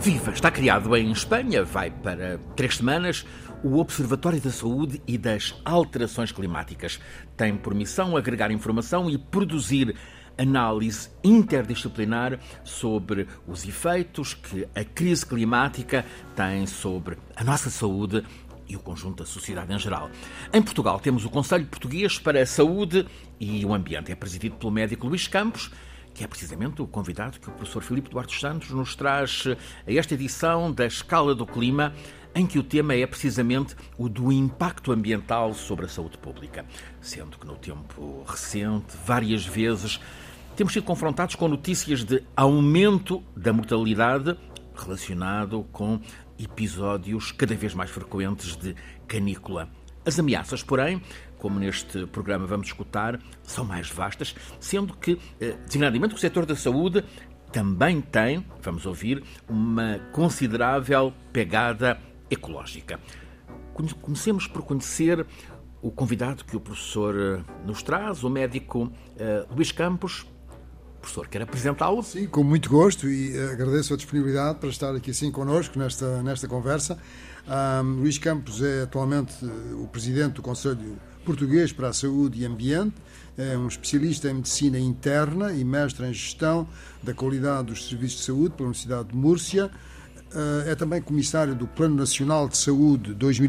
Viva! Está criado em Espanha, vai para 3 semanas, o Observatório da Saúde e das Alterações Climáticas. Tem por missão agregar informação e produzir análise interdisciplinar sobre os efeitos que a crise climática tem sobre a nossa saúde e o conjunto da sociedade em geral. Em Portugal temos o Conselho Português para a Saúde e o Ambiente. É presidido pelo médico Luís Campos, que é precisamente o convidado que o professor Filipe Duarte dos Santos nos traz a esta edição da Escala do Clima, em que o tema é precisamente o do impacto ambiental sobre a saúde pública. Sendo que no tempo recente, várias vezes, temos sido confrontados com notícias de aumento da mortalidade relacionado com episódios cada vez mais frequentes de canícula. As ameaças, porém, como neste programa vamos escutar, são mais vastas, sendo que, designadamente, o setor da saúde também tem, vamos ouvir, uma considerável pegada ecológica. Comecemos por conhecer o convidado que o professor nos traz, o médico Luís Campos. Professor, quer apresentá-lo? Sim, com muito gosto, e agradeço a disponibilidade para estar aqui assim connosco nesta conversa. Luís Campos é atualmente o presidente do Conselho Português para a Saúde e Ambiente, é um especialista em medicina interna e mestre em gestão da qualidade dos serviços de saúde pela Universidade de Múrcia. É também comissário do Plano Nacional de Saúde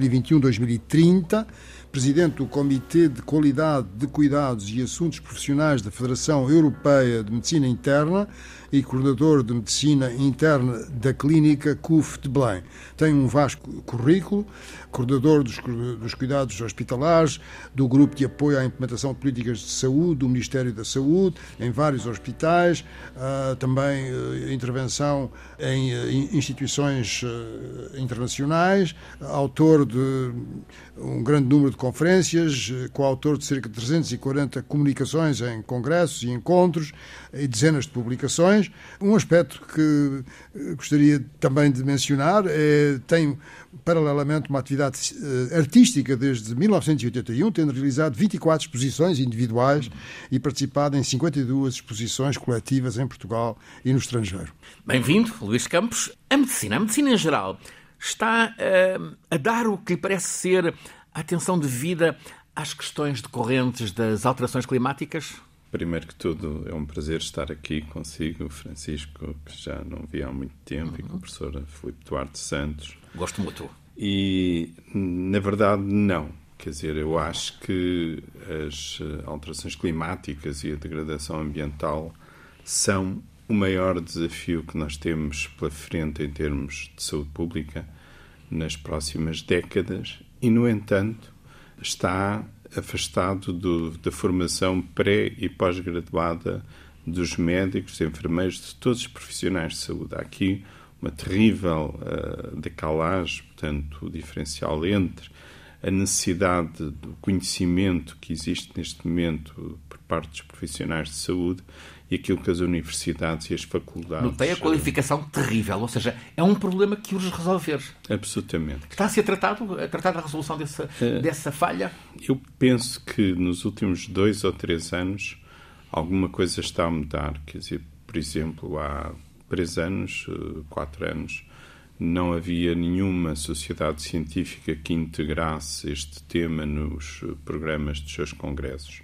2021-2030, presidente do Comitê de Qualidade de Cuidados e Assuntos Profissionais da Federação Europeia de Medicina Interna e coordenador de Medicina Interna da Clínica CUF de Belém. Tem um vasto currículo, coordenador dos cuidados hospitalares, do Grupo de Apoio à Implementação de Políticas de Saúde, do Ministério da Saúde, em vários hospitais, também intervenção em instituições internacionais, autor de um grande número de conferências, coautor de cerca de 340 comunicações em congressos e encontros e dezenas de publicações. Um aspecto que gostaria também de mencionar tem paralelamente uma atividade artística desde 1981, tendo realizado 24 exposições individuais e participado em 52 exposições coletivas em Portugal e no estrangeiro. Bem-vindo, Luís Campos. A medicina em geral está a dar o que lhe parece ser a atenção devida às questões decorrentes das alterações climáticas? Primeiro que tudo, é um prazer estar aqui consigo, Francisco, que já não vi há muito tempo, e com o professor Filipe Duarte Santos. Gosto mútuo. E, na verdade, não. Quer dizer, eu acho que as alterações climáticas e a degradação ambiental são o maior desafio que nós temos pela frente em termos de saúde pública nas próximas décadas e, no entanto, está afastado da formação pré- e pós-graduada dos médicos, enfermeiros, de todos os profissionais de saúde. Há aqui uma terrível decalagem, portanto, o diferencial entre a necessidade do conhecimento que existe neste momento por parte dos profissionais de saúde e aquilo que as universidades e as faculdades... Notei a qualificação terrível, ou seja, é um problema que urge resolver. Absolutamente. Está a ser tratado a resolução dessa falha? Eu penso que nos últimos 2 ou 3 anos alguma coisa está a mudar. Quer dizer, por exemplo, há 3 anos, 4 anos, não havia nenhuma sociedade científica que integrasse este tema nos programas dos seus congressos.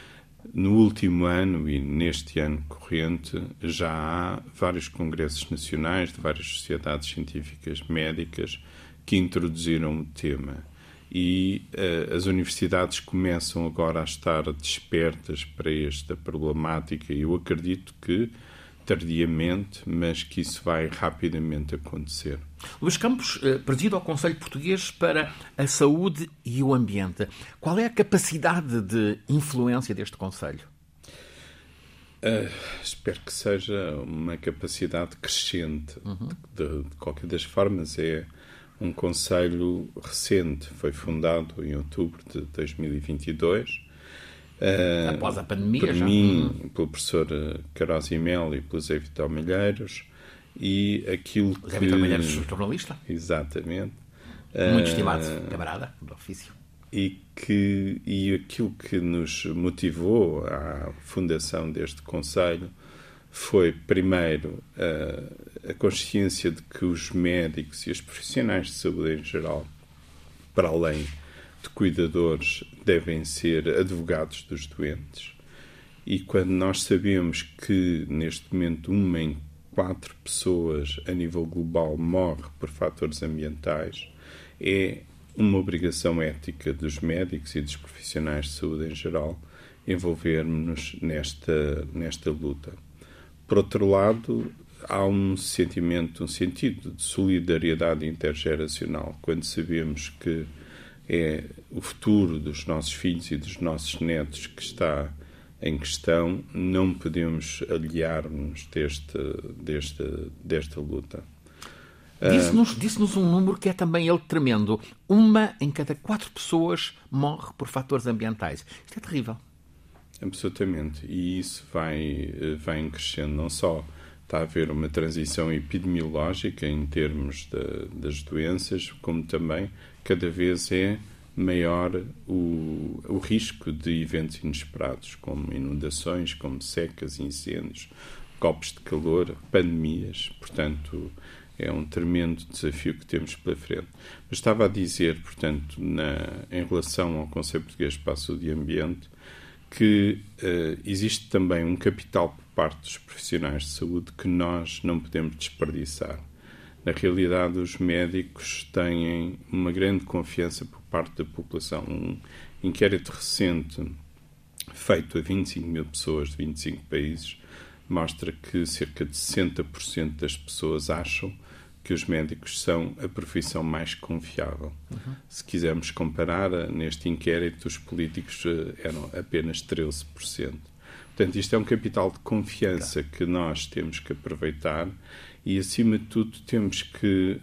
No último ano e neste ano corrente já há vários congressos nacionais de várias sociedades científicas médicas que introduziram o tema e as universidades começam agora a estar despertas para esta problemática e eu acredito que tardiamente, mas que isso vai rapidamente acontecer. Luís Campos preside ao Conselho Português para a Saúde e o Ambiente. Qual é a capacidade de influência deste Conselho? Espero que seja uma capacidade crescente. De qualquer das formas, é um Conselho recente. Foi fundado em outubro de 2022. Após a pandemia, por já? mim, pelo professor Queiroz e Melo e pelo Zé Vital Malheiros, e aquilo que... Zé Vital Malheiros, jornalista. Exatamente. Muito estimado, camarada do ofício. E aquilo que nos motivou à fundação deste Conselho foi, primeiro, a consciência de que os médicos e os profissionais de saúde em geral, para além de cuidadores, devem ser advogados dos doentes. E quando nós sabemos que, neste momento, 1 em 4 pessoas a nível global morre por fatores ambientais, é uma obrigação ética dos médicos e dos profissionais de saúde em geral envolvermos-nos nesta luta. Por outro lado, há um sentido de solidariedade intergeracional, quando sabemos que é o futuro dos nossos filhos e dos nossos netos que está em questão, não podemos aliar-nos desta luta. Disse-nos um número que é também ele tremendo. 1 em cada 4 pessoas morre por fatores ambientais. Isto é terrível. Absolutamente. E isso vai crescendo. Não só está a haver uma transição epidemiológica em termos das doenças, como também cada vez é maior o risco de eventos inesperados, como inundações, como secas, incêndios, golpes de calor, pandemias. Portanto, é um tremendo desafio que temos pela frente. Mas estava a dizer, portanto, em relação ao Conselho Português para a Saúde e Ambiente, que existe também um capital por parte dos profissionais de saúde que nós não podemos desperdiçar. Na realidade, os médicos têm uma grande confiança por parte da população. Um inquérito recente, feito a 25 mil pessoas de 25 países, mostra que cerca de 60% das pessoas acham que os médicos são a profissão mais confiável. Uhum. Se quisermos comparar, neste inquérito, os políticos eram apenas 13%. Portanto, isto é um capital de confiança que nós temos que aproveitar e, acima de tudo, temos que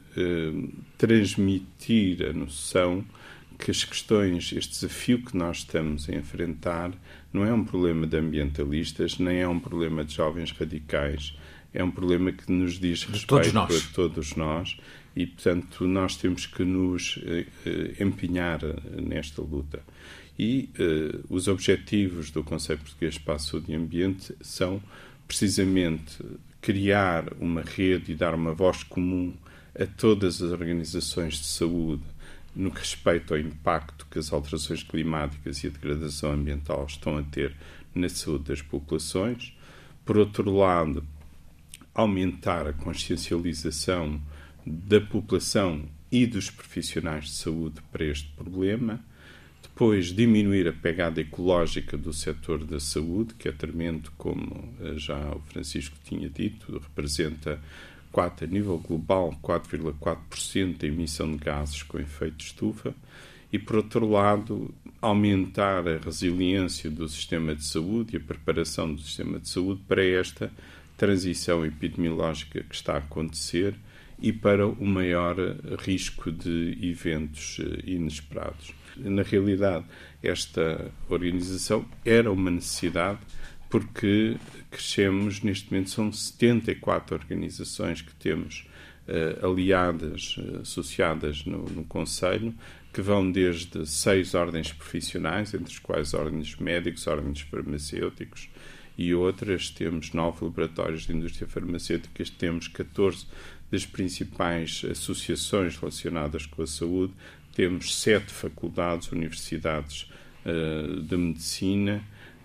transmitir a noção que as questões, este desafio que nós estamos a enfrentar, não é um problema de ambientalistas, nem é um problema de jovens radicais, é um problema que nos diz respeito a todos nós e, portanto, nós temos que nos empenhar nesta luta. E os objetivos do Conselho Português para a Saúde e Ambiente são, precisamente, criar uma rede e dar uma voz comum a todas as organizações de saúde no que respeita ao impacto que as alterações climáticas e a degradação ambiental estão a ter na saúde das populações. Por outro lado, aumentar a consciencialização da população e dos profissionais de saúde para este problema. Depois, diminuir a pegada ecológica do setor da saúde, que é tremendo, como já o Francisco tinha dito, representa a nível global 4,4% da emissão de gases com efeito de estufa. E, por outro lado, aumentar a resiliência do sistema de saúde e a preparação do sistema de saúde para esta transição epidemiológica que está a acontecer e para o maior risco de eventos inesperados. Na realidade, esta organização era uma necessidade porque crescemos, neste momento são 74 organizações que temos aliadas, associadas no Conselho, que vão desde 6 ordens profissionais, entre as quais ordens médicos, ordens farmacêuticos e outras. Temos 9 laboratórios de indústria farmacêutica, temos 14 das principais associações relacionadas com a saúde, temos 7 faculdades, universidades de medicina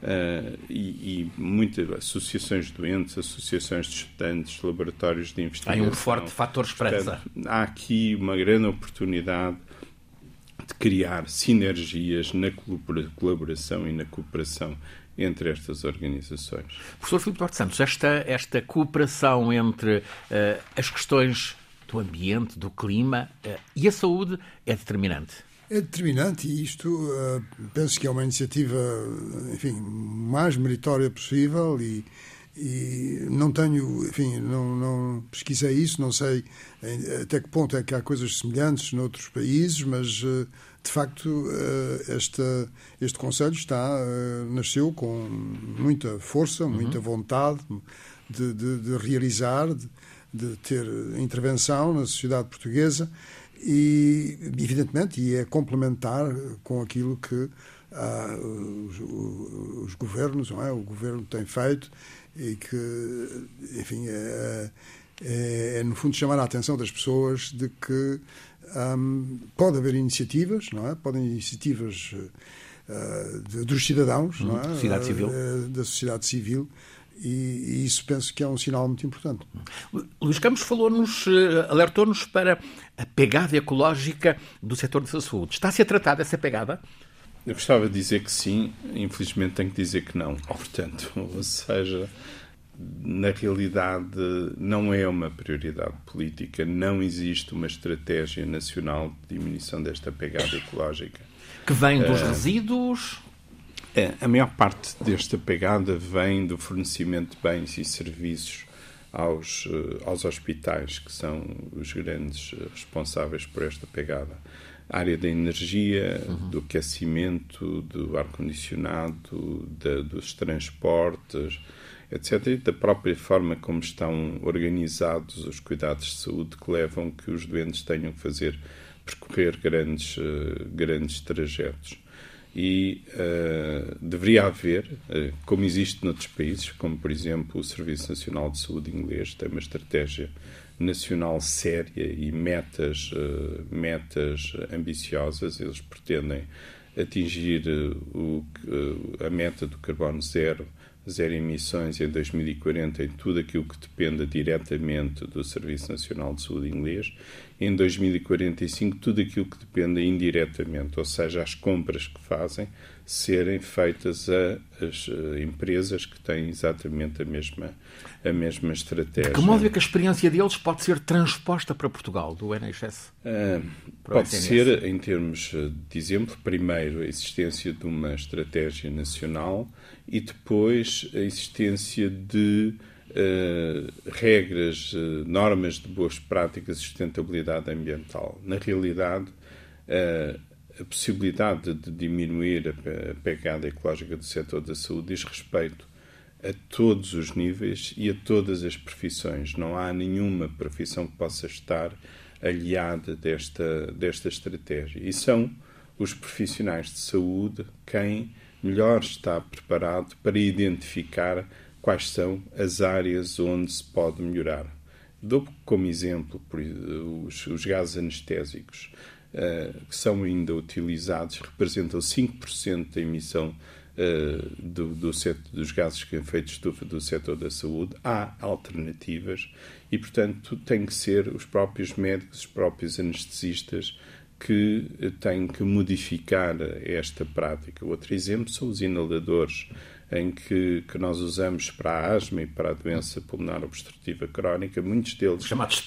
e muitas associações de doentes, associações de estudantes, laboratórios de investigação. Há um forte fator esperança. Portanto, há aqui uma grande oportunidade de criar sinergias na colaboração e na cooperação entre estas organizações. Professor Filipe Duarte Santos, esta cooperação entre as questões do ambiente, do clima e a saúde é determinante. É determinante e isto penso que é uma iniciativa, enfim, mais meritória possível e não tenho, enfim, não pesquisei isso, não sei até que ponto é que há coisas semelhantes noutros países, mas de facto este Conselho nasceu com muita força, muita vontade de realizar, de ter intervenção na sociedade portuguesa e, evidentemente, é complementar com aquilo que os governos, não é? O governo tem feito e que, enfim, É, no fundo, chamar a atenção das pessoas de que pode haver iniciativas, não é? Podem iniciativas dos cidadãos, não é? Sociedade civil. Da sociedade civil, e isso penso que é um sinal muito importante. Luís Campos alertou-nos para a pegada ecológica do setor da saúde. Está-se a tratar dessa pegada? Eu gostava de dizer que sim, infelizmente tenho que dizer que não. Portanto, ou seja, na realidade não é uma prioridade política, não existe uma estratégia nacional de diminuição desta pegada ecológica. Que vem dos resíduos? A maior parte desta pegada vem do fornecimento de bens e serviços aos hospitais, que são os grandes responsáveis por esta pegada. A área da energia, do aquecimento, do ar-condicionado, dos transportes, etc. E da própria forma como estão organizados os cuidados de saúde que levam que os doentes tenham que percorrer grandes trajetos. E deveria haver, como existe noutros países, como por exemplo o Serviço Nacional de Saúde inglês, tem uma estratégia nacional séria e metas ambiciosas. Eles pretendem atingir a meta do carbono zero emissões em 2040 em tudo aquilo que dependa diretamente do Serviço Nacional de Saúde inglês, e em 2045 tudo aquilo que dependa indiretamente, ou seja, as compras que fazem serem feitas às empresas que têm exatamente a mesma estratégia. De que modo é que a experiência deles pode ser transposta para Portugal, do NHS? Pode ser, em termos de exemplo, primeiro a existência de uma estratégia nacional e depois a existência de regras, normas de boas práticas e sustentabilidade ambiental. Na realidade, a possibilidade de diminuir a pegada ecológica do setor da saúde diz respeito a todos os níveis e a todas as profissões. Não há nenhuma profissão que possa estar aliada desta estratégia. E são os profissionais de saúde quem melhor está preparado para identificar quais são as áreas onde se pode melhorar. Dou como exemplo os gases anestésicos, que são ainda utilizados, representam 5% da emissão dos gases com efeito de estufa do setor da saúde. Há alternativas e, portanto, tem que ser os próprios médicos, os próprios anestesistas que têm que modificar esta prática. Outro exemplo são os inaladores, que nós usamos para a asma e para a doença pulmonar obstrutiva crónica. Muitos deles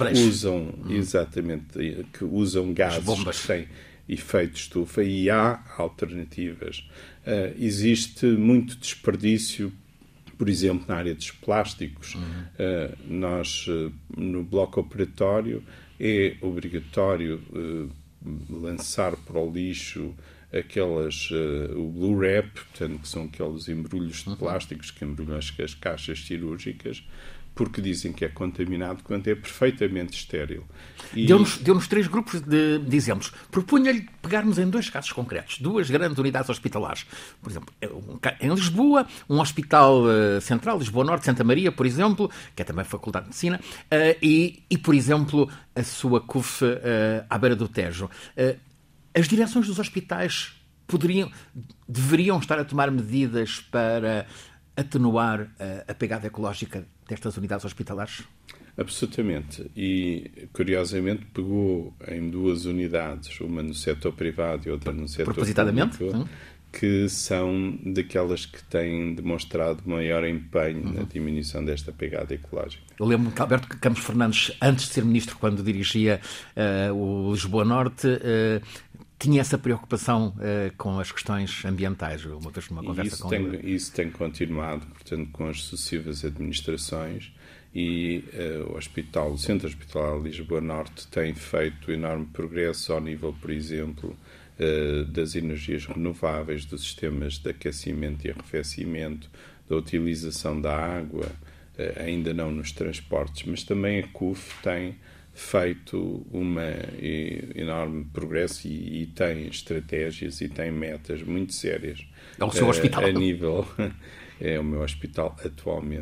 usam gases que têm efeito de estufa, e há alternativas. Existe muito desperdício, por exemplo, na área dos plásticos. Nós, no bloco operatório, é obrigatório lançar para o lixo o Blue Wrap, portanto, que são aqueles embrulhos de plásticos que embrulham as caixas cirúrgicas, porque dizem que é contaminado quando é perfeitamente estéril. Deu-nos 3 grupos de exemplos. Propunha-lhe pegarmos em 2 casos concretos, 2 grandes unidades hospitalares. Por exemplo, em Lisboa, um hospital central, Lisboa Norte, Santa Maria, por exemplo, que é também Faculdade de Medicina, e por exemplo, a sua CUF à beira do Tejo. As direções dos hospitais deveriam estar a tomar medidas para atenuar a pegada ecológica destas unidades hospitalares? Absolutamente. E, curiosamente, pegou em 2 unidades, uma no setor privado e outra no setor público, que são daquelas que têm demonstrado maior empenho na diminuição desta pegada ecológica. Eu lembro-me que Alberto Campos Fernandes, antes de ser ministro, quando dirigia o Lisboa Norte, tinha essa preocupação com as questões ambientais, uma vez numa conversa com ele. Isso tem continuado, portanto, com as sucessivas administrações, e o Centro Hospitalar de Lisboa Norte tem feito enorme progresso ao nível, por exemplo, das energias renováveis, dos sistemas de aquecimento e arrefecimento, da utilização da água, ainda não nos transportes, mas também a CUF tem feito um enorme progresso e tem estratégias e tem metas muito sérias. É o seu hospital. A nível... É o meu hospital atualmente.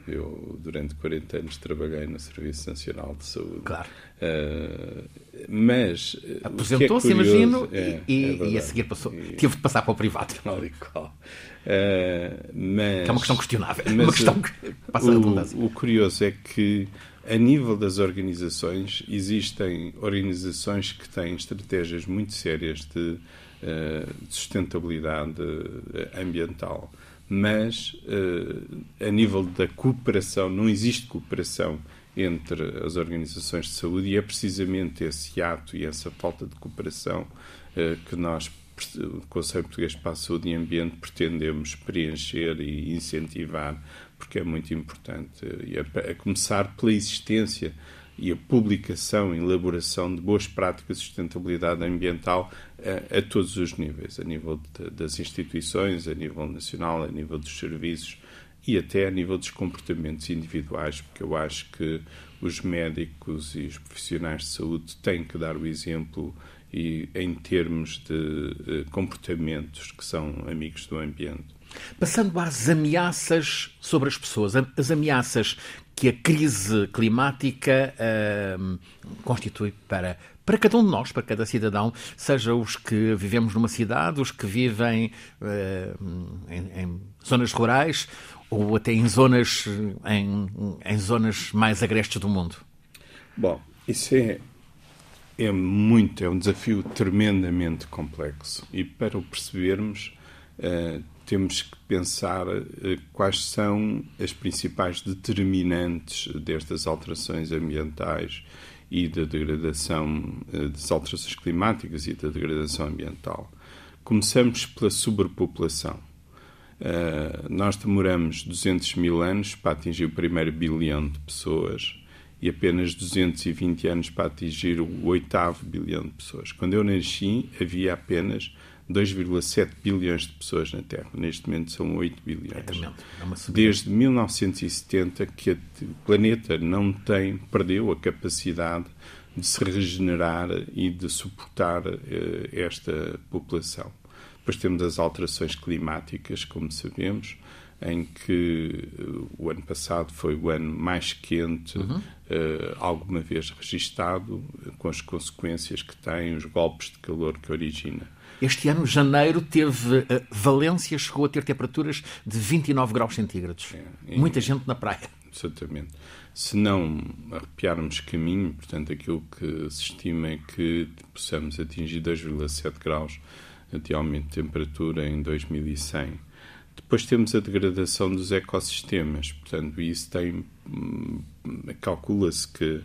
Eu, durante 40 anos, trabalhei no Serviço Nacional de Saúde. Claro. Mas aposentou-se, imagino, e a seguir teve de passar para o privado. Tal e qual. Que é uma questão questionável. Uma questão que passa a redundância. O curioso é que, a nível das organizações, existem organizações que têm estratégias muito sérias de sustentabilidade ambiental. Mas, a nível da cooperação, não existe cooperação entre as organizações de saúde, e é precisamente esse ato e essa falta de cooperação que nós, o Conselho Português para a Saúde e Ambiente, pretendemos preencher e incentivar, porque é muito importante. E a começar pela existência e a publicação e elaboração de boas práticas de sustentabilidade ambiental a todos os níveis, a nível das instituições, a nível nacional, a nível dos serviços e até a nível dos comportamentos individuais, porque eu acho que os médicos e os profissionais de saúde têm que dar o exemplo e em termos de comportamentos que são amigos do ambiente. Passando às ameaças sobre as pessoas, as ameaças que a crise climática constitui para cada um de nós, para cada cidadão, seja os que vivemos numa cidade, os que vivem em zonas rurais ou até em zonas mais agrestes do mundo. Bom, isso é um desafio tremendamente complexo, e para o percebermos temos que pensar quais são as principais determinantes destas alterações ambientais e da degradação das alterações climáticas e da degradação ambiental. Começamos pela superpopulação. Nós demoramos 200 mil anos para atingir o primeiro bilhão de pessoas e apenas 220 anos para atingir o 8º bilhão de pessoas. Quando eu nasci, havia apenas 2,7 bilhões de pessoas na Terra. Neste momento são 8 bilhões. Desde 1970 que o planeta perdeu a capacidade de se regenerar e de suportar esta população. Depois temos as alterações climáticas, como sabemos, em que o ano passado foi o ano mais quente alguma vez registado, com as consequências que tem, os golpes de calor que origina. Este ano, janeiro, teve Valência, chegou a ter temperaturas de 29 graus centígrados. Muita gente na praia. Exatamente. Se não arrepiarmos caminho, portanto, aquilo que se estima é que possamos atingir 2,7 graus de aumento de temperatura em 2100. Depois temos a degradação dos ecossistemas, portanto, isso calcula-se que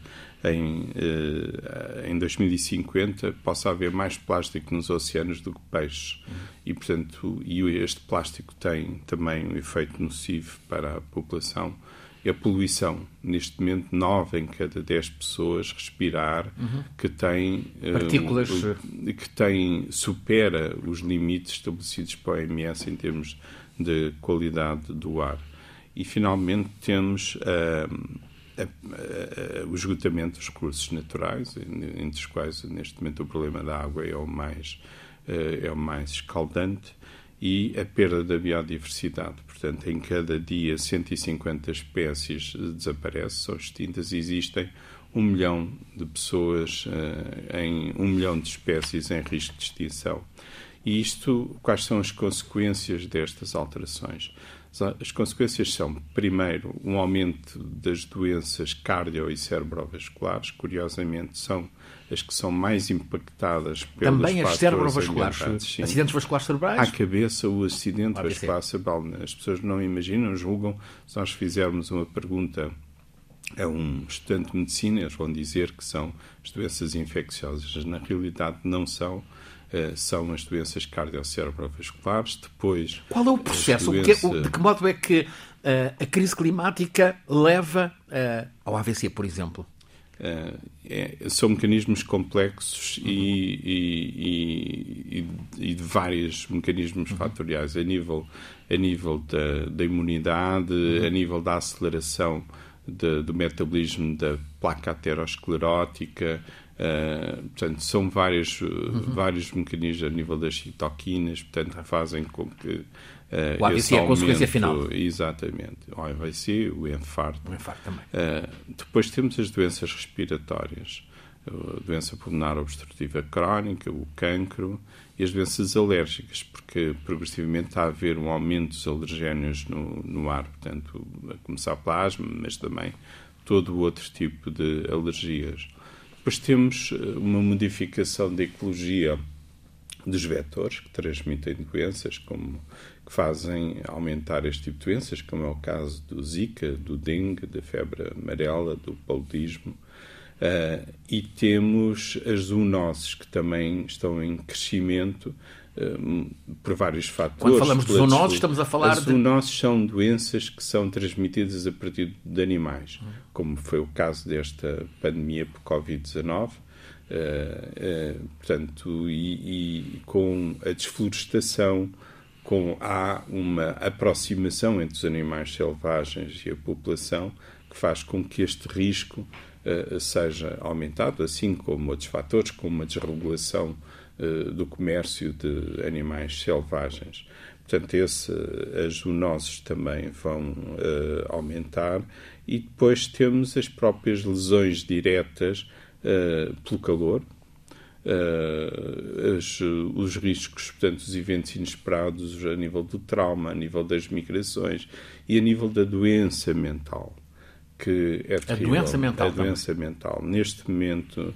em 2050 possa haver mais plástico nos oceanos do que peixes. E, portanto, este plástico tem também um efeito nocivo para a população. E a poluição, neste momento, 9 em cada 10 pessoas respirar que tem partículas que supera os limites estabelecidos para a OMS em termos de qualidade do ar. E, finalmente, temos o esgotamento dos recursos naturais, entre os quais, neste momento, o problema da água é o mais escaldante, e a perda da biodiversidade. Portanto, em cada dia 150 espécies desaparecem, são extintas, e existem 1 milhão de pessoas, 1 milhão de espécies em risco de extinção. E quais são as consequências destas alterações? As consequências são, primeiro, um aumento das doenças cardio- e cerebrovasculares. Curiosamente, são as que são mais impactadas pelos também as cerebrovasculares, acidentes vasculares cerebrais? À cabeça, o acidente vascular cerebral. As pessoas não imaginam, julgam. Se nós fizermos uma pergunta a um estudante de medicina, eles vão dizer que são as doenças infecciosas. Na realidade, não são. São as doenças cardio-cerebrovasculares. Depois, qual é o processo? De que modo é que a crise climática leva ao AVC, por exemplo? São mecanismos complexos e de vários mecanismos fatoriais, a nível da imunidade, a nível da aceleração do metabolismo da placa aterosclerótica. Portanto, são vários mecanismos a nível das citoquinas, portanto, fazem com que O AVC é a consequência final. Exatamente. O AVC, o infarto. O infarto também. Depois temos as doenças respiratórias, a doença pulmonar obstrutiva crónica, o cancro e as doenças alérgicas, porque progressivamente está a haver um aumento dos alergénios no ar, portanto, a começar pela asma, mas também todo o outro tipo de alergias. Depois temos uma modificação da ecologia dos vetores que transmitem doenças, que fazem aumentar este tipo de doenças, como é o caso do Zika, do dengue, da febre amarela, do paludismo. E temos as zoonoses, que também estão em crescimento por vários fatores. Quando falamos de zoonoses, estamos a falar As zoonoses são doenças que são transmitidas a partir de animais, como foi o caso desta pandemia por Covid-19. Portanto, e com a desflorestação, há uma aproximação entre os animais selvagens e a população que faz com que este risco seja aumentado, assim como outros fatores, como a desregulação do comércio de animais selvagens. Portanto, as zoonoses também vão aumentar, e depois temos as próprias lesões diretas pelo calor, os riscos, portanto, os eventos inesperados a nível do trauma, a nível das migrações e a nível da doença mental, que é terrível. A doença mental. Neste momento,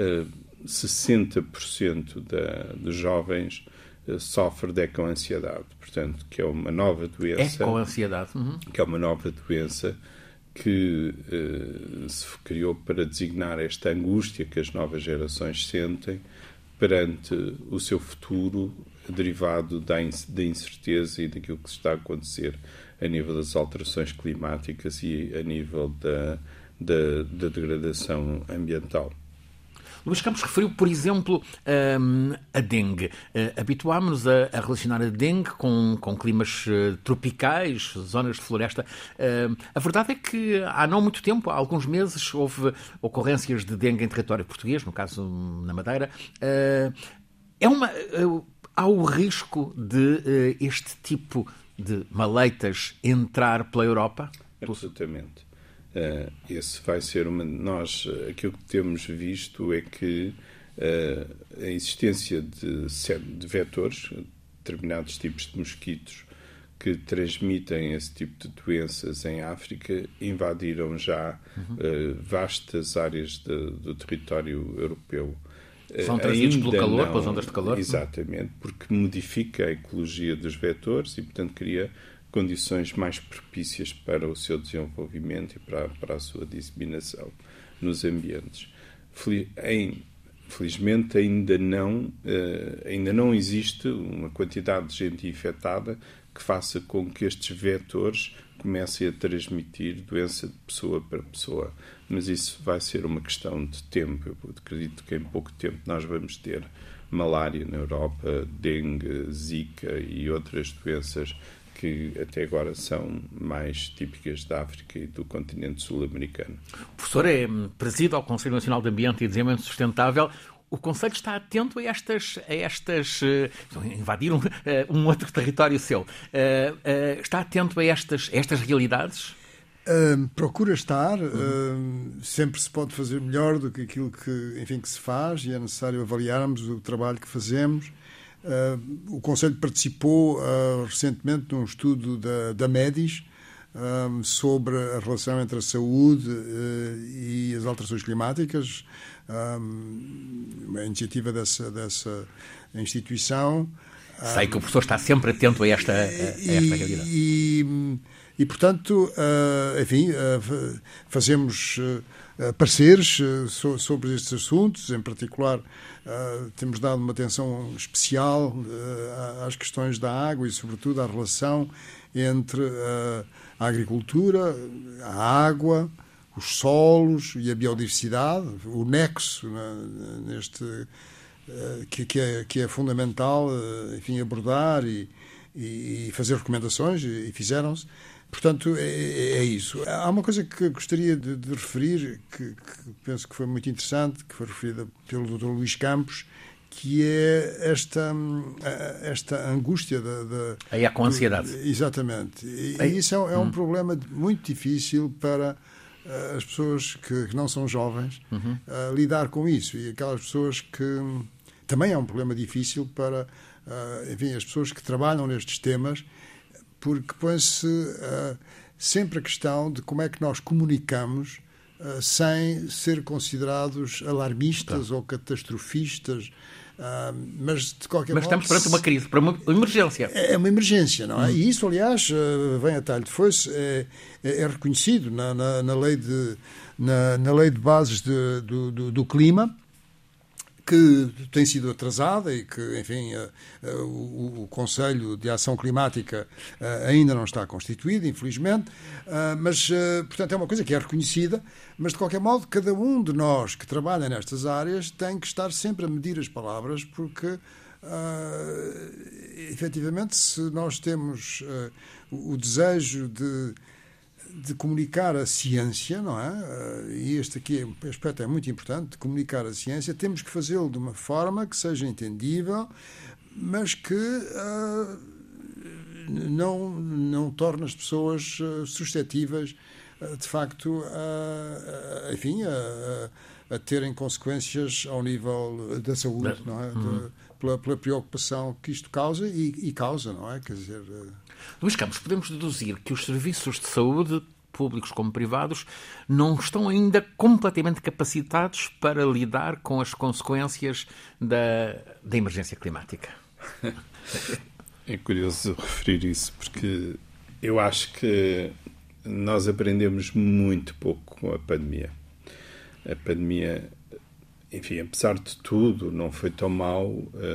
60% dos jovens sofre de ecoansiedade, portanto, que é uma nova doença. Ecoansiedade. Que é uma nova doença que se criou para designar esta angústia que as novas gerações sentem perante o seu futuro, derivado da incerteza e daquilo que está a acontecer a nível das alterações climáticas e a nível da degradação ambiental. Luís Campos referiu, por exemplo, a dengue. Habituámos-nos a relacionar a dengue com climas tropicais, zonas de floresta. A verdade é que há não muito tempo, há alguns meses, houve ocorrências de dengue em território português, no caso na Madeira. Há o risco de este tipo de maleitas entrar pela Europa? Absolutamente. Esse vai ser aquilo que temos visto é que a existência de vetores, determinados tipos de mosquitos que transmitem esse tipo de doenças em África, invadiram já vastas áreas do território europeu. São trazidos pelo calor, pelas ondas de calor? Exatamente, porque modifica a ecologia dos vetores e, portanto, cria condições mais propícias para o seu desenvolvimento e para a sua disseminação nos ambientes. Felizmente ainda não existe uma quantidade de gente infectada que faça com que estes vetores comecem a transmitir doença de pessoa para pessoa. Mas isso vai ser uma questão de tempo. Eu acredito que em pouco tempo nós vamos ter malária na Europa, dengue, zika e outras doenças que até agora são mais típicas da África e do continente sul-americano. O professor preside ao Conselho Nacional de Ambiente e Desenvolvimento Sustentável. O Conselho está atento a estas invadir um outro território seu. Está atento a estas realidades? Procura estar. Sempre se pode fazer melhor do que aquilo que se faz, e é necessário avaliarmos o trabalho que fazemos. O Conselho participou recentemente num estudo da MEDIS sobre a relação entre a saúde e as alterações climáticas, uma iniciativa dessa instituição. Sei que o professor está sempre atento a esta realidade. E portanto, fazemos pareceres sobre estes assuntos. Em particular, temos dado uma atenção especial às questões da água e, sobretudo, à relação entre a agricultura, a água, os solos e a biodiversidade, o nexo que é fundamental, abordar e fazer recomendações, e fizeram-se. Portanto, é isso. Há uma coisa que gostaria de referir, que penso que foi muito interessante, que foi referida pelo Dr. Luís Campos, que é esta angústia aí é com ansiedade. Exatamente. E isso é um problema muito difícil para as pessoas que não são jovens lidar com isso. E aquelas pessoas que... Também é um problema difícil para, enfim, as pessoas que trabalham nestes temas, porque põe-se sempre a questão de como é que nós comunicamos sem ser considerados alarmistas ou catastrofistas, mas de qualquer modo... estamos perante uma crise, para uma emergência. É uma emergência, não é? E isso, aliás, vem a talho de foice, é reconhecido na lei de bases do clima, que tem sido atrasada e que, enfim, o Conselho de Ação Climática ainda não está constituído, infelizmente, mas, portanto, é uma coisa que é reconhecida, mas, de qualquer modo, cada um de nós que trabalha nestas áreas tem que estar sempre a medir as palavras, porque, efetivamente, se nós temos o desejo de comunicar a ciência, não é? E este aspecto é muito importante, de comunicar a ciência, temos que fazê-lo de uma forma que seja entendível, mas que não torne as pessoas suscetíveis, de facto, enfim, a terem consequências ao nível da saúde, não é? Pela preocupação que isto causa e causa, não é? Quer dizer... Luís Campos, podemos deduzir que os serviços de saúde, públicos como privados, não estão ainda completamente capacitados para lidar com as consequências da emergência climática. É curioso referir isso, porque eu acho que nós aprendemos muito pouco com a pandemia. A pandemia, enfim, apesar de tudo, não foi tão mal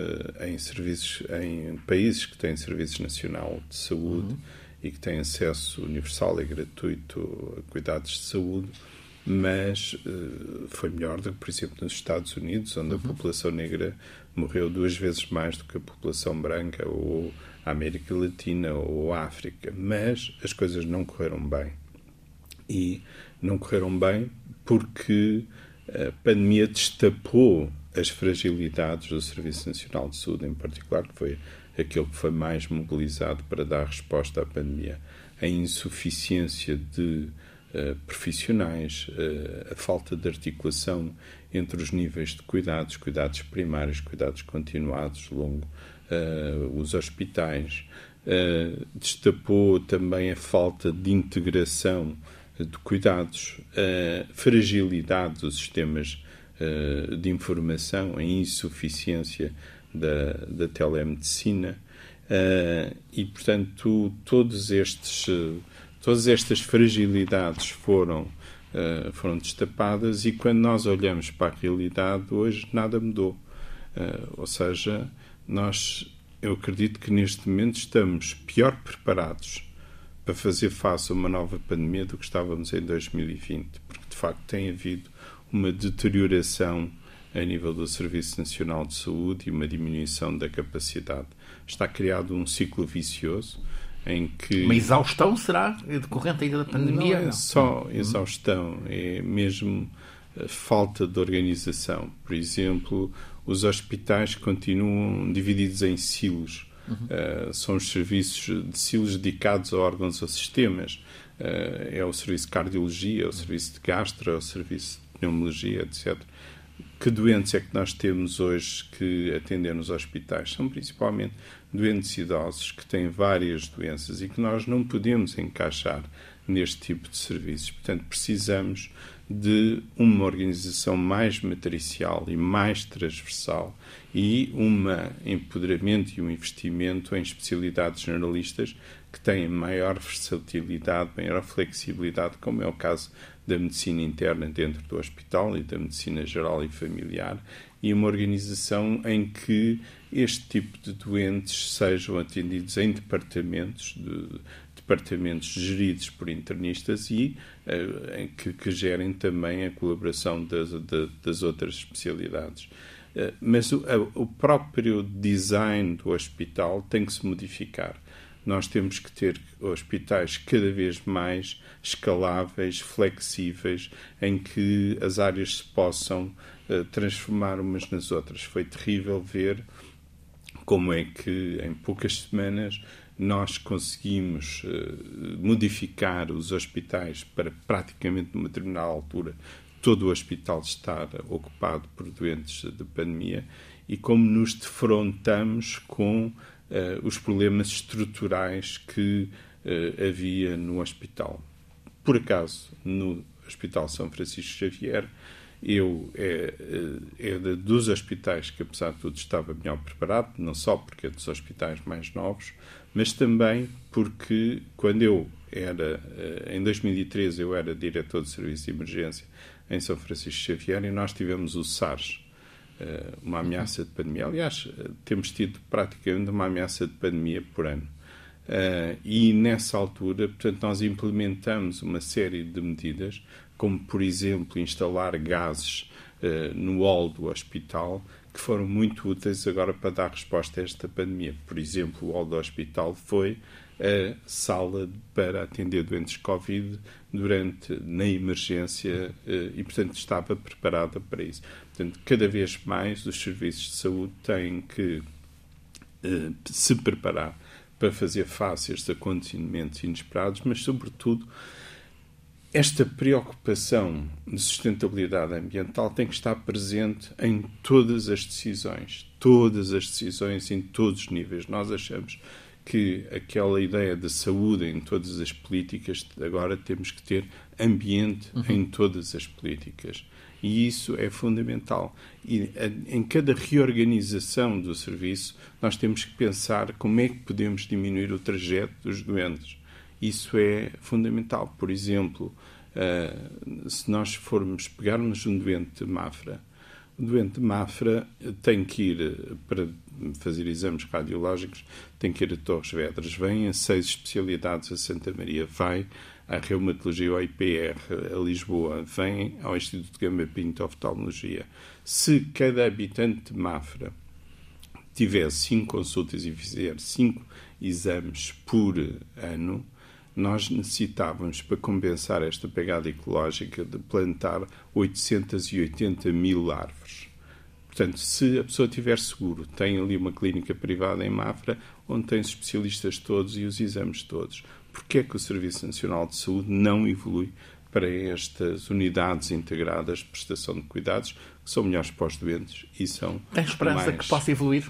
em países que têm Serviço Nacional de Saúde e que têm acesso universal e gratuito a cuidados de saúde, mas foi melhor do que, por exemplo, nos Estados Unidos, onde a população negra morreu 2 vezes mais do que a população branca, ou a América Latina, ou a África. Mas as coisas não correram bem. E não correram bem porque a pandemia destapou as fragilidades do Serviço Nacional de Saúde, em particular, que foi aquele que foi mais mobilizado para dar resposta à pandemia. A insuficiência de profissionais, a falta de articulação entre os níveis de cuidados primários, cuidados continuados, os hospitais, destapou também a falta de integração de cuidados, a fragilidade dos sistemas de informação, a insuficiência da telemedicina e, portanto, todas estas fragilidades foram destapadas, e quando nós olhamos para a realidade hoje, nada mudou. Ou seja, eu acredito que neste momento estamos pior preparados para fazer face a uma nova pandemia do que estávamos em 2020, porque de facto tem havido uma deterioração a nível do Serviço Nacional de Saúde e uma diminuição da capacidade. Está criado um ciclo vicioso em que... Uma exaustão será decorrente ainda da pandemia? Não é só exaustão, é mesmo falta de organização. Por exemplo, os hospitais continuam divididos em silos. São os serviços de silos dedicados a órgãos ou sistemas. É o serviço de cardiologia, é o serviço de gastro, é o serviço de pneumologia, etc. Que doentes é que nós temos hoje que atender nos hospitais? São principalmente doentes idosos que têm várias doenças e que nós não podemos encaixar neste tipo de serviços. Portanto, precisamos de uma organização mais matricial e mais transversal e um empoderamento e um investimento em especialidades generalistas que têm maior versatilidade, maior flexibilidade, como é o caso da medicina interna dentro do hospital e da medicina geral e familiar, e uma organização em que este tipo de doentes sejam atendidos em departamentos geridos por internistas e que gerem também a colaboração das outras especialidades. Mas o próprio design do hospital tem que se modificar. nós temos que ter hospitais cada vez mais escaláveis, flexíveis, em que as áreas se possam transformar umas nas outras. Foi terrível ver como é que em poucas semanas nós conseguimos modificar os hospitais para praticamente numa determinada altura todo o hospital estar ocupado por doentes de pandemia e como nos defrontamos com os problemas estruturais que havia no hospital. Por acaso, no Hospital São Francisco Xavier, dos hospitais que, apesar de tudo, estava melhor preparado, não só porque é dos hospitais mais novos, mas também porque, quando em 2013, eu era diretor de serviço de emergência em São Francisco Xavier e nós tivemos o SARS, uma ameaça de pandemia. Aliás, temos tido praticamente uma ameaça de pandemia por ano. E nessa altura, portanto, nós implementamos uma série de medidas, como, por exemplo, instalar gases no hall do hospital, que foram muito úteis agora para dar resposta a esta pandemia. Por exemplo, o hall do hospital foi a sala para atender doentes Covid na emergência e, portanto, estava preparada para isso. Portanto, cada vez mais os serviços de saúde têm que se preparar para fazer face a estes acontecimentos inesperados, mas, sobretudo, esta preocupação de sustentabilidade ambiental tem que estar presente em todas as decisões em todos os níveis. Nós achamos que aquela ideia de saúde em todas as políticas, agora temos que ter ambiente em todas as políticas. E isso é fundamental. E em cada reorganização do serviço, nós temos que pensar como é que podemos diminuir o trajeto dos doentes. Isso é fundamental. Por exemplo, se nós pegarmos um doente de Mafra, o doente de Mafra tem que ir, para fazer exames radiológicos, tem que ir a Torres Vedras, vem a 6 especialidades a Santa Maria, vai à reumatologia ao IPR, a Lisboa, vem ao Instituto de Gama Pinto de Oftalmologia. Se cada habitante de Mafra tiver 5 consultas e fizer 5 exames por ano, nós necessitávamos, para compensar esta pegada ecológica, de plantar 880 mil árvores. Portanto, se a pessoa tiver seguro, tem ali uma clínica privada em Mafra, onde tem os especialistas todos e os exames todos. Porquê é que o Serviço Nacional de Saúde não evolui para estas unidades integradas de prestação de cuidados, que são melhores para os doentes e são Tem esperança que possa evoluir?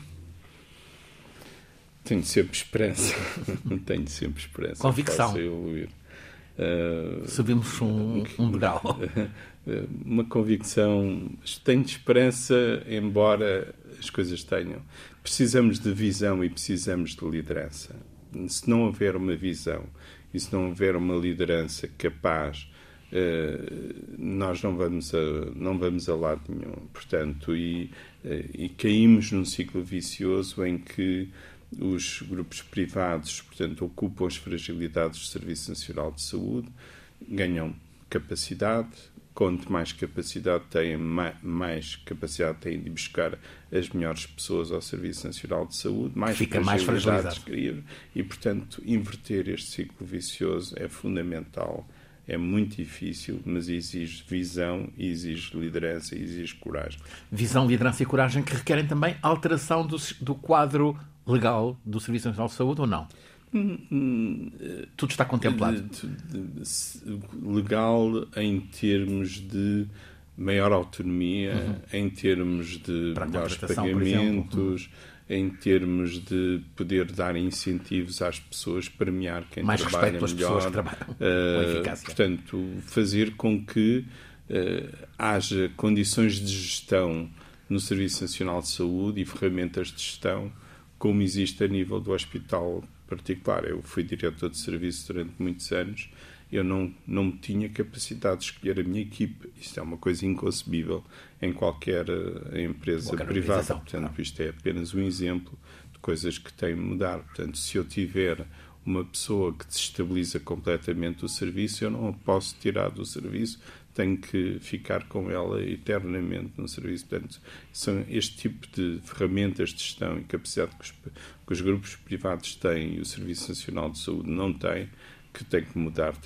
Tenho sempre esperança. Tenho sempre esperança. Convicção. Que possa evoluir. Subimos um degrau. Uma convicção. Tenho esperança, embora as coisas tenham. Precisamos de visão e precisamos de liderança. Se não houver uma visão e se não houver uma liderança capaz, nós não vamos a lado nenhum. Portanto, e caímos num ciclo vicioso em que os grupos privados, portanto, ocupam as fragilidades do Serviço Nacional de Saúde, ganham capacidade, quanto mais capacidade têm, mais capacidade têm de buscar as melhores pessoas ao Serviço Nacional de Saúde, mais fragilidades criam, e, portanto, inverter este ciclo vicioso é fundamental. É muito difícil, mas exige visão, exige liderança, exige coragem. Visão, liderança e coragem que requerem também alteração do quadro legal do Serviço Nacional de Saúde ou não? Tudo está contemplado. Legal em termos de maior autonomia, em termos de melhores pagamentos, em termos de poder dar incentivos às pessoas, premiar quem mais trabalha melhor. Pessoas que trabalham com eficácia. Portanto, fazer com que haja condições de gestão no Serviço Nacional de Saúde e ferramentas de gestão como existe a nível do hospital particular. Eu fui diretor de serviço durante muitos anos, eu não tinha capacidade de escolher a minha equipe. Isto é uma coisa inconcebível em qualquer empresa privada. Portanto, isto é apenas um exemplo de coisas que têm de mudar. Portanto, se eu tiver uma pessoa que desestabiliza completamente o serviço, eu não a posso tirar do serviço, tem que ficar com ela eternamente no serviço. Portanto, são este tipo de ferramentas de gestão e capacidade que os grupos privados têm e o Serviço Nacional de Saúde não tem, que tem que mudar,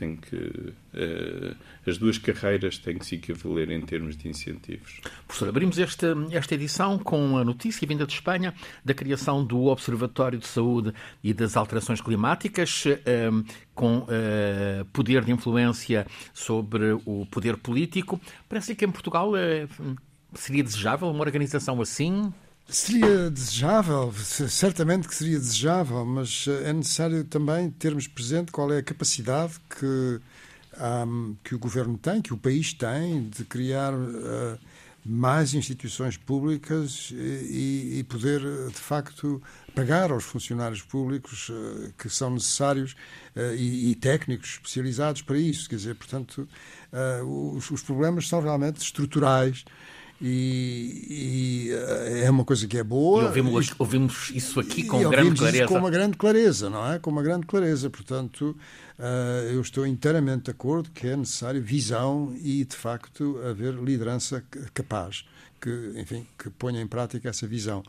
as duas carreiras têm que se equivaler em termos de incentivos. Professor, abrimos esta edição com a notícia vinda de Espanha da criação do Observatório de Saúde e das Alterações Climáticas, com poder de influência sobre o poder político. Parece que em Portugal seria desejável uma organização assim? Seria desejável, certamente que seria desejável, mas é necessário também termos presente qual é a capacidade que o Governo tem, que o país tem, de criar mais instituições públicas e poder, de facto, pagar aos funcionários públicos que são necessários e técnicos especializados para isso. Quer dizer, portanto, os problemas são realmente estruturais. E é uma coisa que é boa. E ouvimos isso aqui com grande clareza. Com uma grande clareza, não é? Com uma grande clareza. Portanto, eu estou inteiramente de acordo que é necessário visão e, de facto, haver liderança capaz que ponha em prática essa visão.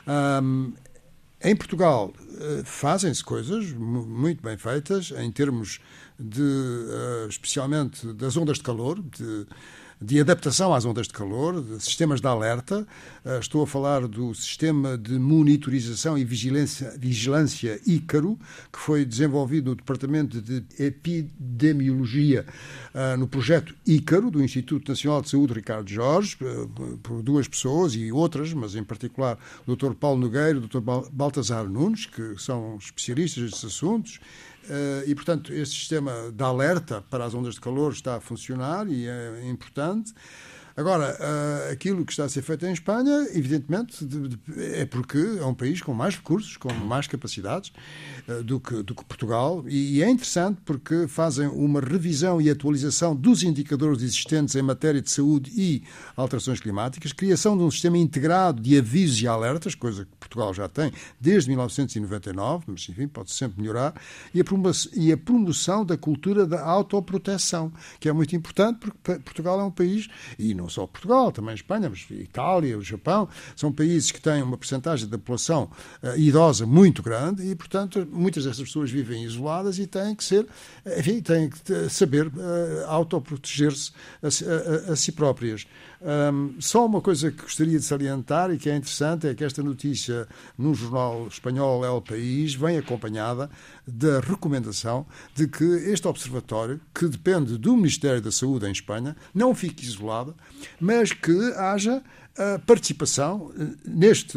Em Portugal fazem-se coisas muito bem feitas em termos especialmente das ondas de calor, de adaptação às ondas de calor, de sistemas de alerta. Estou a falar do sistema de monitorização e vigilância Ícaro, que foi desenvolvido no Departamento de Epidemiologia, no projeto Ícaro, do Instituto Nacional de Saúde Ricardo Jorge, por duas pessoas e outras, mas em particular o Dr. Paulo Nogueira e o Dr. Baltazar Nunes, que são especialistas nestes assuntos. E, portanto, este sistema de alerta para as ondas de calor está a funcionar e é importante. Agora, aquilo que está a ser feito em Espanha, evidentemente, é porque é um país com mais recursos, com mais capacidades do que Portugal, e é interessante porque fazem uma revisão e atualização dos indicadores existentes em matéria de saúde e alterações climáticas, criação de um sistema integrado de avisos e alertas, coisa que Portugal já tem desde 1999, mas, enfim, pode sempre melhorar, e a promoção da cultura da autoproteção, que é muito importante porque Portugal é um país, e não só Portugal, também Espanha, mas Itália, o Japão, são países que têm uma percentagem da população idosa muito grande e, portanto, muitas dessas pessoas vivem isoladas e têm que saber autoproteger-se a si próprias. Só uma coisa que gostaria de salientar e que é interessante é que esta notícia no jornal espanhol El País vem acompanhada da recomendação de que este observatório, que depende do Ministério da Saúde em Espanha, não fique isolado, mas que haja participação neste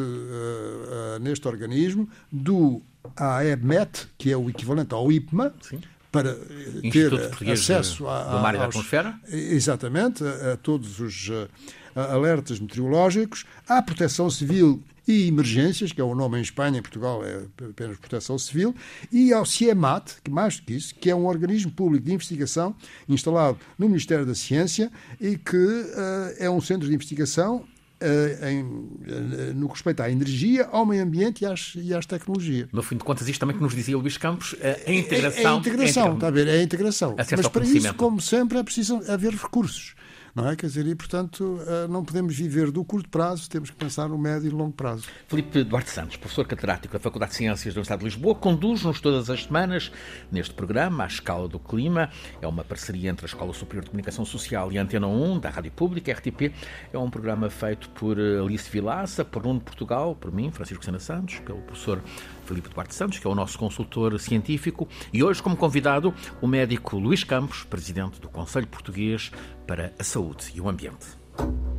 organismo do AEMET, que é o equivalente ao IPMA. Sim. Para ter acesso do mar e da atmosfera? Exatamente, a todos os alertas meteorológicos, à proteção civil e emergências, que é o nome em Espanha, em Portugal é apenas proteção civil, e ao CIEMAT, que mais do que isso, que é um organismo público de investigação instalado no Ministério da Ciência e que é um centro de investigação no que respeita à energia, ao meio ambiente e às tecnologias. No fim de contas, isto também que nos dizia o Luís Campos, a integração. É a integração, está a ver? É a integração. Mas para isso, como sempre, é preciso haver recursos. Não é? Quer dizer, e portanto não podemos viver do curto prazo, temos que pensar no médio e longo prazo. Filipe Duarte Santos, professor catedrático da Faculdade de Ciências da Universidade de Lisboa, conduz-nos todas as semanas neste programa, à Escala do Clima. É uma parceria entre a Escola Superior de Comunicação Social e a Antena 1, da Rádio Pública, RTP. É um programa feito por Alice Vilaça, por Nuno Portugal, por mim, Francisco Sena Santos, pelo professor Filipe Duarte Santos, que é o nosso consultor científico, e hoje, como convidado, o médico Luís Campos, presidente do Conselho Português para a Saúde e o Ambiente.